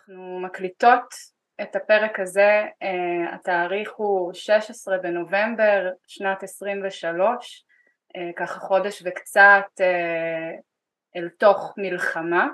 אנחנו מקליטות את הפרק הזה, התאריך הוא 16 בנובמבר שנת 23, ככה חודש וקצת אל תוך מלחמה,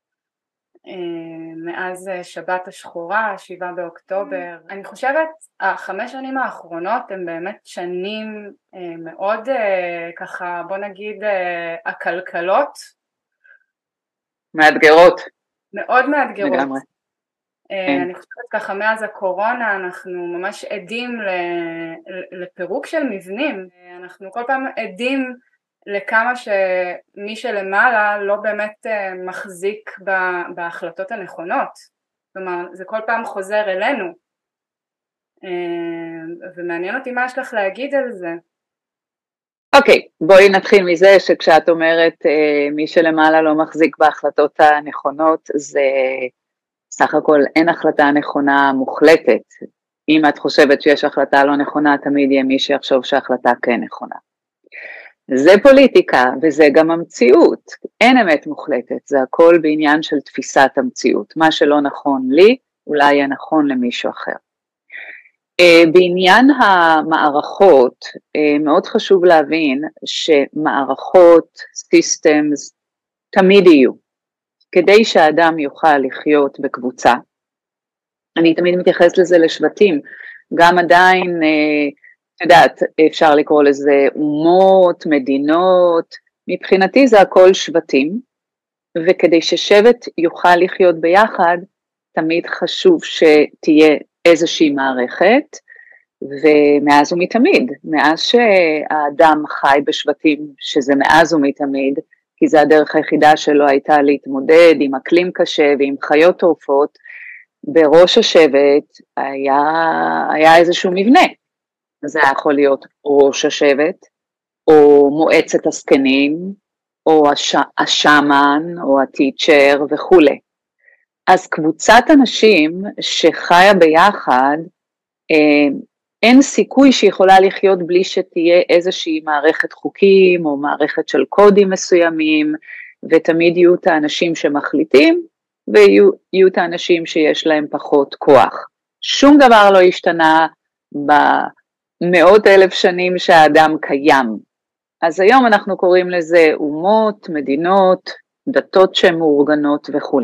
מאז שבת השחורה, 7 באוקטובר. אני חושבת, 5 שנים האחרונות הן באמת שנים מאוד ככה, בוא נגיד, הכלכלות. מאתגרות. מאוד מאתגרות. לגמרי. אני חושבת ככה, מאז הקורונה אנחנו ממש עדים לפירוק של מבנים. אנחנו כל פעם עדים לכמה שמי שלמעלה לא באמת מחזיק בהחלטות הנכונות. כלומר, זה כל פעם חוזר אלינו. ומעניין אותי מה יש לך להגיד על זה. אוקיי, בואי נתחיל מזה שכשאת אומרת מי שלמעלה לא מחזיק בהחלטות הנכונות, זה סך הכל אין החלטה נכונה מוחלטת. אם את חושבת שיש החלטה לא נכונה, תמיד יהיה מי שיחשוב שההחלטה כן נכונה. זה פוליטיקה וזה גם המציאות, אין אמת מוחלטת, זה הכל בעניין של תפיסת המציאות. מה שלא נכון לי, אולי יהיה נכון למישהו אחר. בעניין המערכות, מאוד חשוב להבין שמערכות, systems, תמיד יהיו. כדי שהאדם יוכל לחיות בקבוצה, אני תמיד מתייחס לזה לשבטים, גם עדיין, יודעת, אפשר לקרוא לזה אומות, מדינות, מבחינתי זה הכל שבטים, וכדי ששבט יוכל לחיות ביחד, תמיד חשוב שתהיה איזושהי מערכת, ומאז ומתמיד, מאז שהאדם חי בשבטים, שזה מאז ומתמיד, כי זה הדרך היחידה שלו הייתה להתמודד עם אקלים קשה ועם חיות טורפות, בראש השבט היה איזשהו מבנה, זה יכול להיות ראש השבט, או מועצת הזקנים, או השאמן, או הטיצ'ר וכו'. אז קבוצת אנשים שחיה ביחד, אין סיכוי שיכולה לחיות בלי שתהיה איזושהי מערכת חוקים או מערכת של קודים מסוימים, ותמיד יהיו את האנשים שמחליטים, ויהיו את האנשים שיש להם פחות כוח. שום דבר לא השתנה במאות אלף שנים שהאדם קיים. אז היום אנחנו קוראים לזה אומות, מדינות, דתות שהן מאורגנות וכו'.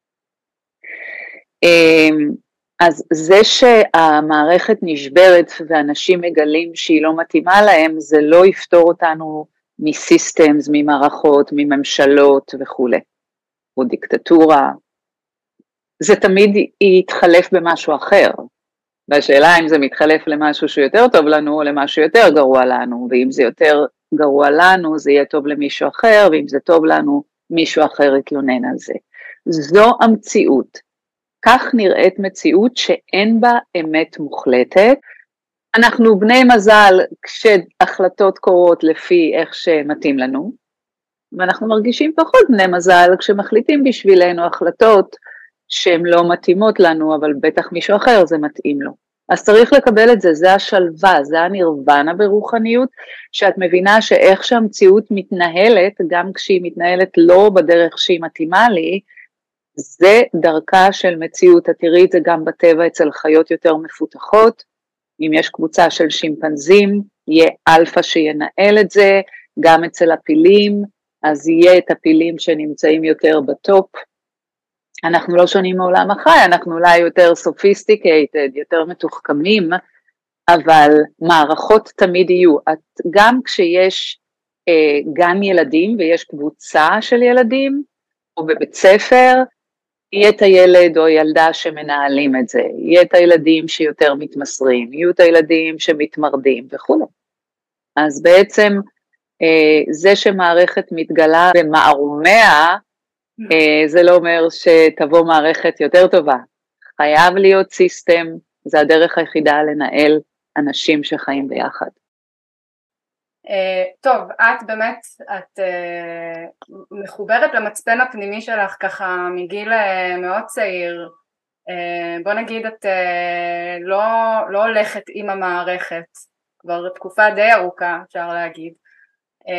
אז זה שהמערכת נשברת ואנשים מגלים שהיא לא מתאימה להם, זה לא יפתור אותנו מסיסטמס, ממערכות, מממשלות וכו'. או דיקטטורה. זה תמיד יתחלף במשהו אחר. והשאלה אם זה מתחלף למשהו שיותר טוב לנו או למשהו יותר גרוע לנו, ואם זה יותר גרוע לנו זה יהיה טוב למישהו אחר, ואם זה טוב לנו מישהו אחר יתלונן על זה. זו המציאות. כך נראית מציאות שאין בה אמת מוחלטת. אנחנו בני מזל כשהחלטות קורות לפי איך שמתאים לנו, ואנחנו מרגישים פחות בני מזל כשמחליטים בשבילנו החלטות שהן לא מתאימות לנו, אבל בטח מישהו אחר זה מתאים לו. אז צריך לקבל את זה, זה השלווה, זה הנירוונה ברוחניות, שאת מבינה שאיך שהמציאות מתנהלת, גם כשהיא מתנהלת לא בדרך שהיא מתאימה לי, זה דרכה של מציאות. את תראי את זה גם בטבע אצל חיות יותר מפותחות, אם יש קבוצה של שימפנזים, יהיה אלפא שינהל את זה, גם אצל הפילים, אז יהיה את הפילים שנמצאים יותר בטופ. אנחנו לא שונים מעולם החי, אנחנו אולי יותר סופיסטיקייטד, יותר מתוחכמים, אבל מערכות תמיד יהיו. גם כשיש גן ילדים ויש קבוצה של ילדים, או בבית ספר, יהיה את הילד או ילדה שמנהלים את זה, יהיה את הילדים שיותר מתמסרים, יהיו את הילדים שמתמרדים וכו'. אז בעצם זה שמערכת מתגלה במערומיה, זה לא אומר שתבוא מערכת יותר טובה. חייב להיות סיסטם, זה הדרך היחידה לנהל אנשים שחיים ביחד. טוב, את באמת, את מחוברת למצפן הפנימי שלך ככה מגיל מאוד צעיר, בוא נגיד את לא הולכת עם המערכת, כבר תקופה די ארוכה אפשר להגיד,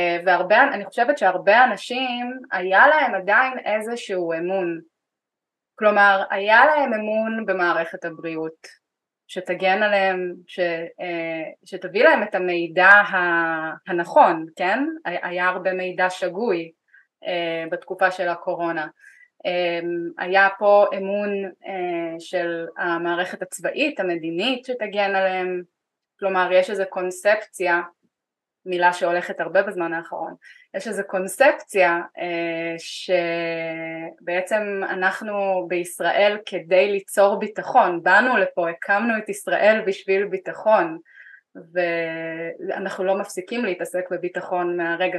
אני חושבת שהרבה אנשים היה להם עדיין איזשהו אמון כלומר, היה להם אמון במערכת הבריאות, שתגן עליהם, שתביא להם את המידע הנכון, כן? היה הרבה מידע שגוי בתקופה של הקורונה. היה פה אמון של המערכת הצבאית, המדינית, שתגן עליהם. כלומר, יש איזו קונספציה, מילה שהולכת הרבה בזמן האחרון, יש איזו קונספציה שבעצם אנחנו בישראל כדי ליצור ביטחון, באנו לפה, הקמנו את ישראל בשביל ביטחון, ואנחנו לא מפסיקים להתעסק בביטחון מהרגע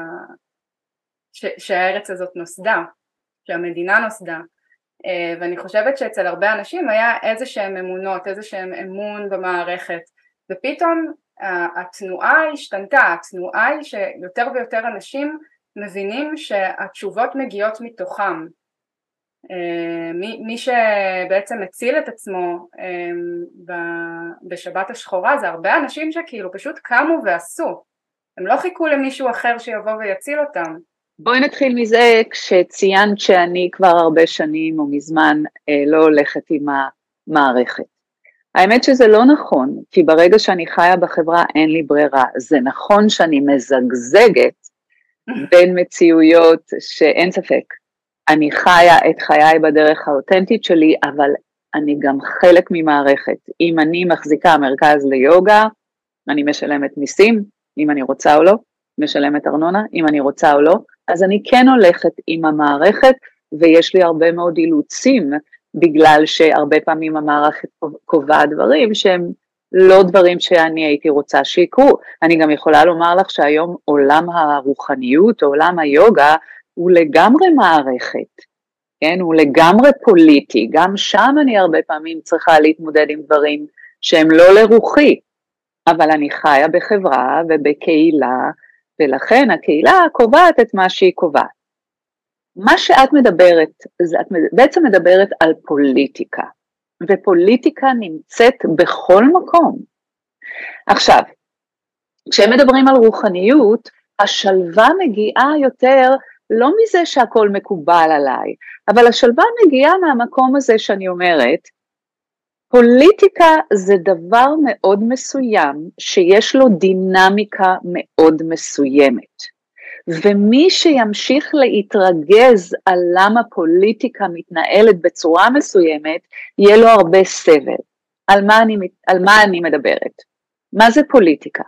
שהארץ הזאת נוסדה, שהמדינה נוסדה, ואני חושבת שאצל הרבה אנשים היה איזשהם אמונות, איזשהם אמון במערכת, ופתאום התנועה השתנתה, התנועה היא שיותר ויותר אנשים מבינים שהתשובות מגיעות מתוכם. מי שבעצם הציל את עצמו בשבת השחורה זה הרבה אנשים שכאילו פשוט קמו ועשו, הם לא חיכו למישהו אחר שיבוא ויציל אותם. בואי נתחיל מזה, כשציינת שאני כבר הרבה שנים או מזמן לא הולכת עם המערכת. האמת שזה לא נכון, כי ברגע שאני חיה בחברה אין לי ברירה. זה נכון שאני מזגזגת בין מציאויות שאין ספק. אני חיה את חיי בדרך האותנטית שלי, אבל אני גם חלק ממערכת. אם אני מחזיקה מרכז ליוגה, אני משלמת מיסים, אם אני רוצה או לא, משלמת ארנונה, אם אני רוצה או לא, אז אני כן הולכת עם המערכת, ויש לי הרבה מאוד אילוצים, בגלל שהרבה פעמים המערכת קובעת דברים שהם לא דברים שאני הייתי רוצה שיקרו. אני גם יכולה לומר לך שהיום עולם הרוחניות, עולם היוגה, הוא לגמרי מערכת, כן? הוא לגמרי פוליטי, גם שם אני הרבה פעמים צריכה להתמודד עם דברים שהם לא לרוחי, אבל אני חיה בחברה ובקהילה, ולכן הקהילה קובעת את מה שהיא קובעת. מה שאת מדברת, את בעצם מדברת על פוליטיקה, ופוליטיקה נמצאת בכל מקום. עכשיו, כשהם מדברים על רוחניות, השלווה מגיעה יותר, לא מזה שהכל מקובל עליי, אבל השלווה מגיעה מהמקום הזה שאני אומרת, פוליטיקה זה דבר מאוד מסוים, שיש לו דינמיקה מאוד מסוימת. ומי שימשיך להתרגז על למה פוליטיקה מתנהלת בצורה מסוימת, יהיה לו הרבה סבל. על מה אני מדברת? מה זה פוליטיקה?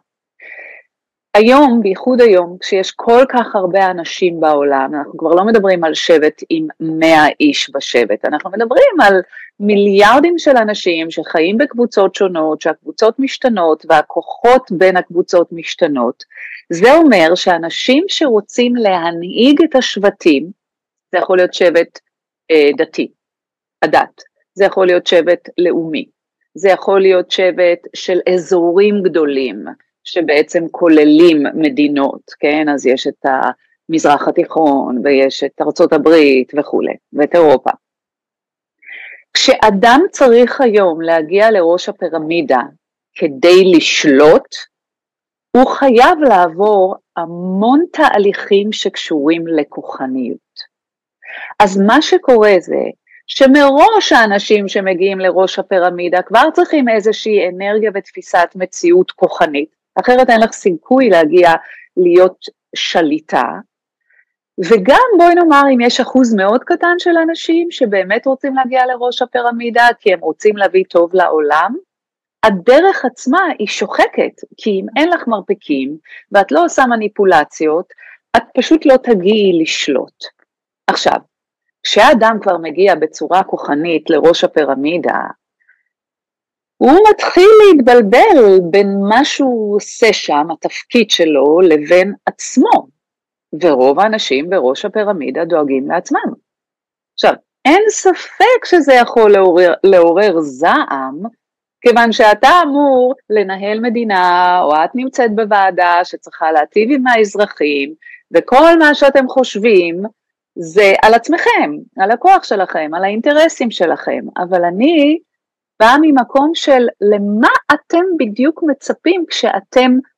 היום, בייחוד היום, כשיש כל כך הרבה אנשים בעולם, אנחנו כבר לא מדברים על שבט עם 100 איש בשבט, אנחנו מדברים על מיליארדים של אנשים שחיים בקבוצות שונות, שהקבוצות משתנות והכוחות בין הקבוצות משתנות. זה אומר שאנשים שרוצים להנהיג את השבטים, זה יכול להיות שבט דתי, הדת, זה יכול להיות שבט לאומי, זה יכול להיות שבט של אזורים גדולים, שבעצם כוללים מדינות, כן? אז יש את המזרח התיכון, ויש את ארצות הברית וכו', ואת אירופה. כשאדם צריך היום להגיע לראש הפירמידה כדי לשלוט, הוא חייב לעבור המון תהליכים שקשורים לכוחניות. אז מה שקורה זה, שמראש האנשים שמגיעים לראש הפירמידה כבר צריכים איזושהי אנרגיה ותפיסת מציאות כוחנית, אחרת אין לך סיכוי להגיע להיות שליטה, וגם בואי נאמר אם יש אחוז מאוד קטן של אנשים שבאמת רוצים להגיע לראש הפירמידה כי הם רוצים להביא טוב לעולם, הדרך עצמה היא שוחקת, כי אם אין לך מרפקים ואת לא עושה מניפולציות, את פשוט לא תגיעי לשלוט. עכשיו, כשאדם כבר מגיע בצורה כוחנית לראש הפירמידה, הוא מתחיל להתבלבל בין מה שהוא עושה שם, התפקיד שלו, לבין עצמו. ורוב האנשים בראש הפירמידה דואגים לעצמם. עכשיו, אין ספק שזה יכול לעורר זעם, כיוון שאתה אמור לנהל מדינה, או את נמצאת בוועדה שצריכה להטיב עם האזרחים, וכל מה שאתם חושבים זה על עצמכם, על הכוח שלכם, על האינטרסים שלכם. אבל אני באה ממקום של למה אתם בדיוק מצפים כשאתם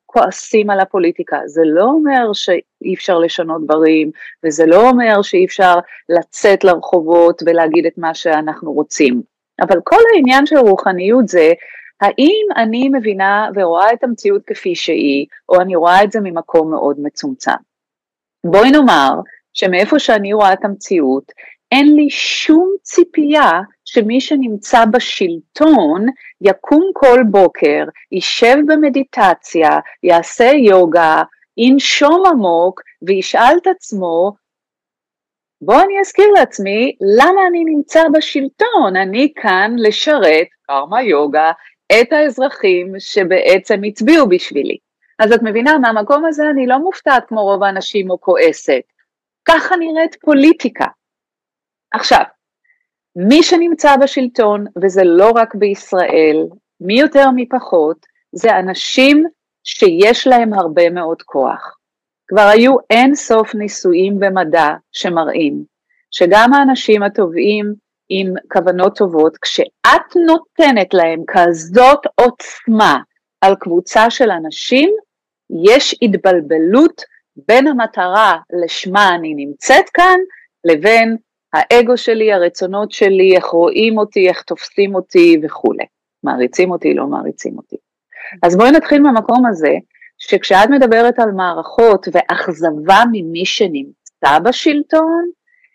כועסים על הפוליטיקה, זה לא אומר שאי אפשר לשנות דברים, וזה לא אומר שאי אפשר לצאת לרחובות ולהגיד את מה שאנחנו רוצים, אבל כל העניין של רוחניות זה, האם אני מבינה ורואה את המציאות כפי שהיא, או אני רואה את זה ממקום מאוד מצומצם. בואי נאמר שמאיפה שאני רואה את המציאות, אין לי שום ציפייה שמי שנמצא בשלטון יקום כל בוקר, יישב במדיטציה, יעשה יוגה, ינשום עמוק וישאל את עצמו, בוא אני אזכיר לעצמי למה אני נמצא בשלטון, אני כאן לשרת קרמה יוגה את האזרחים שבעצם הצביעו בשבילי. אז את מבינה, מהמקום הזה אני לא מופתעת כמו רוב האנשים או כועסת, ככה נראית פוליטיקה. עכשיו, מי שנמצא בשלטון, וזה לא רק בישראל, מי יותר מפחות, זה אנשים שיש להם הרבה מאוד כוח. כבר היו אין סוף ניסויים במדע שמראים, שגם האנשים הטובים עם כוונות טובות, כשאת נותנת להם כזאת עוצמה על קבוצה של אנשים, יש התבלבלות בין המטרה לשמה אני נמצאת כאן, לבין האגו שלי, הרצונות שלי, איך רואים אותי, איך תופסים אותי וכו'. מעריצים אותי, לא מעריצים אותי. אז בואי נתחיל מהמקום הזה, שכשאת מדברת על מערכות ואכזבה ממי שנמצא בשלטון,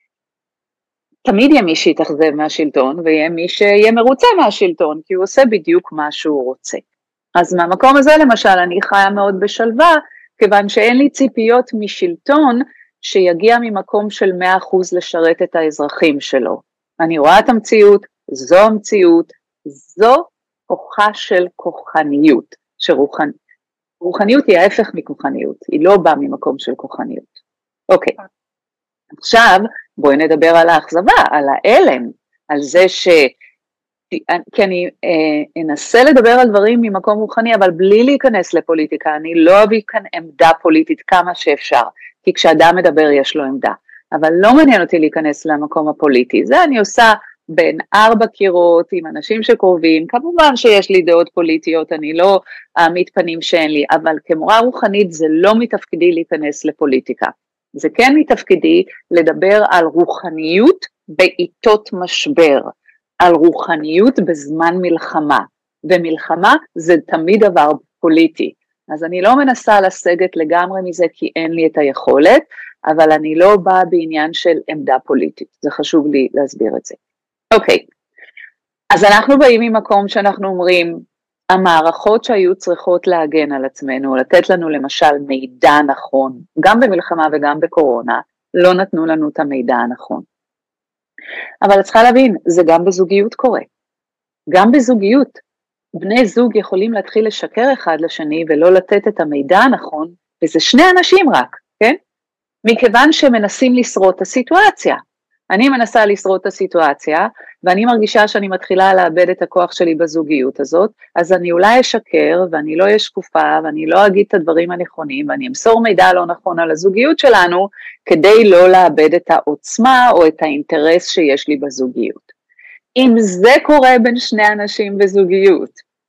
תמיד יהיה מי שיתאכזב מהשלטון, ויהיה מי שיהיה מרוצה מהשלטון, כי הוא עושה בדיוק מה שהוא רוצה. אז מהמקום הזה למשל אני חיה מאוד בשלווה, כיוון שאין לי ציפיות משלטון, שיגיע ממקום של 100% לשרת את האזרחים שלו. אני רואה את המציאות, זו המציאות, זו כוחה של כוחניות, רוחניות היא ההפך מכוחניות, היא לא באה ממקום של כוחניות. אוקיי, עכשיו בואי נדבר על האכזבה, על האלם, על זה כי אני אנסה לדבר על דברים ממקום רוחני, אבל בלי להיכנס לפוליטיקה, אני לא אביא כאן עמדה פוליטית כמה שאפשר, כי כשאדם מדבר יש לו עמדה, אבל לא מעניין אותי להיכנס למקום הפוליטי, זה אני עושה בין 4 קירות עם אנשים שקרובים, כמובן שיש לי דעות פוליטיות, אני לא אעמיד פנים שאין לי, אבל כמורה רוחנית זה לא מתפקידי להיכנס לפוליטיקה, זה כן מתפקידי לדבר על רוחניות בעיתות משבר, על רוחניות בזמן מלחמה, ומלחמה זה תמיד דבר פוליטי, אז אני לא מנסה לסגת לגמרי מזה כי אין לי את היכולת, אבל אני לא באה בעניין של עמדה פוליטית, זה חשוב לי להסביר את זה. אוקיי, אז אנחנו באים ממקום שאנחנו אומרים, המערכות שהיו צריכות להגן על עצמנו, לתת לנו למשל מידע נכון, גם במלחמה וגם בקורונה, לא נתנו לנו את המידע הנכון. אבל את צריכה להבין, זה גם בזוגיות קורה. גם בזוגיות, בני זוג יכולים להתחיל לשקר אחד לשני ולא לתת את המידע הנכון, וזה 2 אנשים רק, כן? מכיוון שמנסים לשרוד את הסיטואציה. אני מנסה לשרוד את הסיטואציה, ואני מרגישה שאני מתחילה לאבד את הכוח שלי בזוגיות הזאת, אז אני אולי אשקר, ואני לא אהיה שקופה, ואני לא אגיד את הדברים הנכונים, ואני אמסור מידע לא נכון על הזוגיות שלנו, כדי לא לאבד את העוצמה, או את האינטרס שיש לי בזוגיות. אם זה קורה בין 2 אנשים בזוגיות,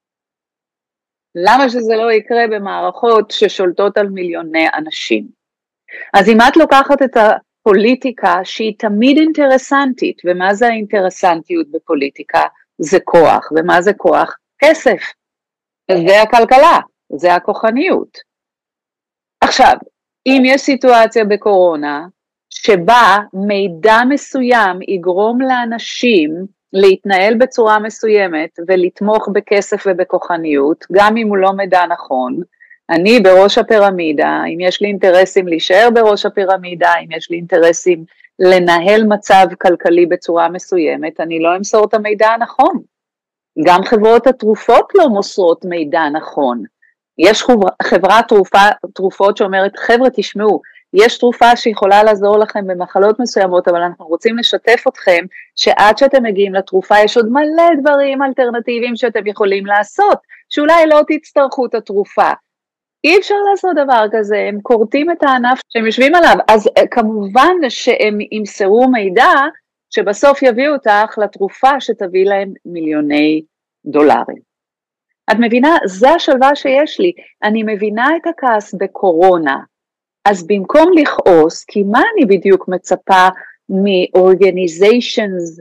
למה שזה לא יקרה במערכות ששולטות על מיליוני אנשים? אז אם את לוקחת את הפוליטיקה שהיא תמיד אינטרסנטית, ומה זה האינטרסנטיות בפוליטיקה? זה כוח, ומה זה כוח? כסף. זה הכלכלה, זה הכוחניות. עכשיו, אם יש סיטואציה בקורונה, שבה מידע מסוים יגרום לאנשים להתנהל בצורה מסוימת, ולתמוך בכסף ובכוחניות, גם אם הוא לא מידע נכון, אני בראש הפירמידה, אם יש לי אינטרסים להישאר בראש הפירמידה, אם יש לי אינטרסים לנהל מצב כלכלי בצורה מסוימת, אני לא אמסור את המידע הנכון. גם חברות התרופות לא מוסרות מידע נכון. יש חברת תרופות שאומרת, חבר'ה תשמעו, יש תרופה שיכולה לעזור לכם במחלות מסוימות, אבל אנחנו רוצים לשתף אתכם, שעד שאתם מגיעים לתרופה, יש עוד מלא דברים אלטרנטיביים שאתם יכולים לעשות, שאולי לא תצטרכו את התרופה. אי אפשר לעשות דבר כזה, הם קורטים את הענף שהם יושבים עליו, אז כמובן שהם ימסרו מידע, שבסוף יביאו אותך לתרופה שתביא להם מיליוני דולרים. את מבינה? זה השלווה שיש לי. אני מבינה את הכעס בקורונה, אז במקום לכעוס, כי מה אני בדיוק מצפה מ-organizations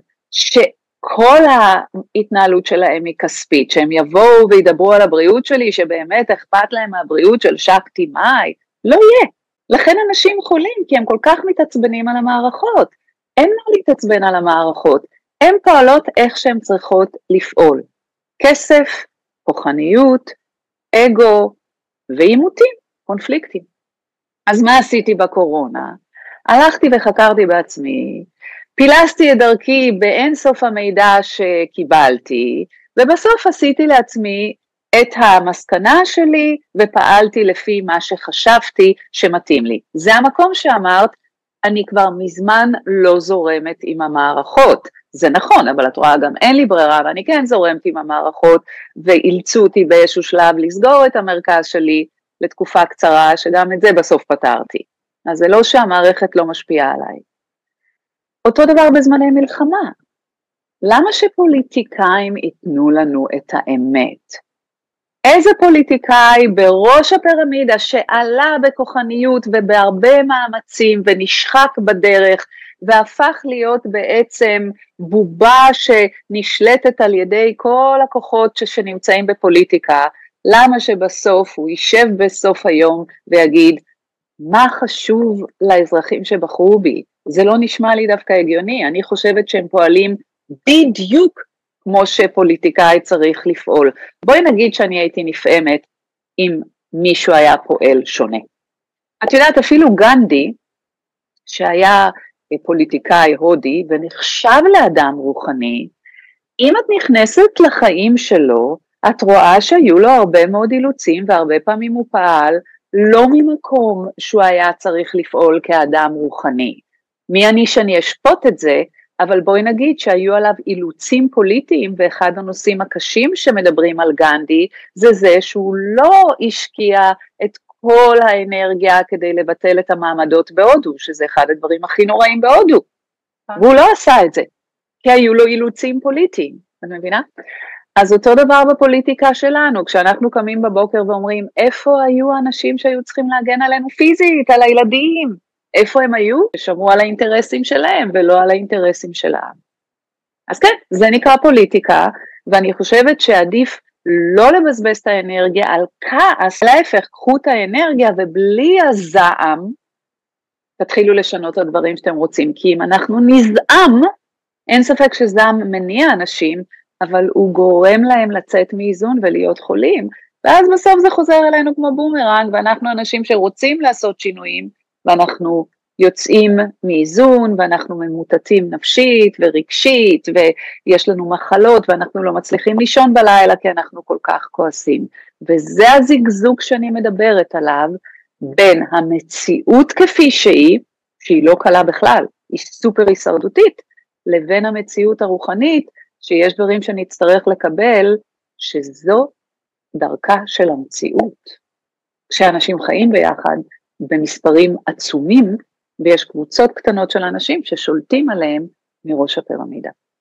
שכל ההתנהלות שלהם היא כספית, שהם יבואו וידברו על הבריאות שלי, שבאמת אכפת להם מהבריאות של שקטי מאי, לא יהיה. לכן אנשים חולים, כי הם כל כך מתעצבנים על המערכות. אין מה להתעצבן על המערכות, הן פועלות איך שהן צריכות לפעול. כסף, כוחניות, אגו ועימותים, קונפליקטים. אז מה עשיתי בקורונה? הלכתי וחקרתי בעצמי, פילסתי את דרכי באין סוף המידע שקיבלתי, ובסוף עשיתי לעצמי את המסקנה שלי, ופעלתי לפי מה שחשבתי שמתאים לי. זה המקום שאמרת, אני כבר מזמן לא זורמת עם המערכות. זה נכון, אבל את רואה גם אין לי ברירה, ואני כן זורמת עם המערכות, ואילצו אותי באיזשהו שלב לסגור את המרכז שלי, לתקופה קצרה, שגם את זה בסוף פתרתי. אז זה לא שהמערכת לא משפיעה עליי. אותו דבר בזמני מלחמה. למה שפוליטיקאים ייתנו לנו את האמת? איזה פוליטיקאי בראש הפירמידה שעלה בכוחניות ובהרבה מאמצים ונשחק בדרך, והפך להיות בעצם בובה שנשלטת על ידי כל הכוחות שנמצאים בפוליטיקה, למה שבסוף הוא יישב בסוף היום ויגיד, מה חשוב לאזרחים שבחרו בי? זה לא נשמע לי דווקא הגיוני, אני חושבת שהם פועלים בדיוק כמו שפוליטיקאי צריך לפעול. בואי נגיד שאני הייתי נפעמת אם מישהו היה פועל שונה. את יודעת, אפילו גנדי, שהיה פוליטיקאי הודי ונחשב לאדם רוחני, אם את נכנסת לחיים שלו, את רואה שהיו לו הרבה מאוד אילוצים, והרבה פעמים הוא פעל לא ממקום שהוא היה צריך לפעול כאדם רוחני. מי אני שאני אשפוט את זה, אבל בואי נגיד שהיו עליו אילוצים פוליטיים, ואחד הנושאים הקשים שמדברים על גנדי, זה שהוא לא השקיע את כל האנרגיה כדי לבטל את המעמדות בהודו, שזה אחד הדברים הכי נוראים בהודו. והוא לא עשה את זה, כי היו לו אילוצים פוליטיים, את מבינה? אז אותו דבר בפוליטיקה שלנו, כשאנחנו קמים בבוקר ואומרים, איפה היו האנשים שהיו צריכים להגן עלינו פיזית, על הילדים? איפה הם היו? שמרו על האינטרסים שלהם ולא על האינטרסים שלהם. אז כן, זה נקרא פוליטיקה, ואני חושבת שעדיף לא לבזבז את האנרגיה על כעס, להפך, קחו את האנרגיה ובלי הזעם, תתחילו לשנות את הדברים שאתם רוצים, כי אם אנחנו נזעם, אין ספק שזעם מניע אנשים, אבל הוא גורם להם לצאת מאיזון ולהיות חולים, ואז בסוף זה חוזר אלינו כמו בומרנג, ואנחנו אנשים שרוצים לעשות שינויים, ואנחנו יוצאים מאיזון, ואנחנו ממוטטים נפשית ורגשית, ויש לנו מחלות, ואנחנו לא מצליחים לישון בלילה, כי אנחנו כל כך כועסים. וזה הזיגזוג שאני מדברת עליו, בין המציאות כפי שהיא לא קלה בכלל, היא סופר הישרדותית, לבין המציאות הרוחנית, שיש דברים שנצטרך לקבל, שזו דרכה של המציאות. כשאנשים חיים ביחד, במספרים עצומים, ויש קבוצות קטנות של אנשים ששולטים עליהם מראש הפירמידה.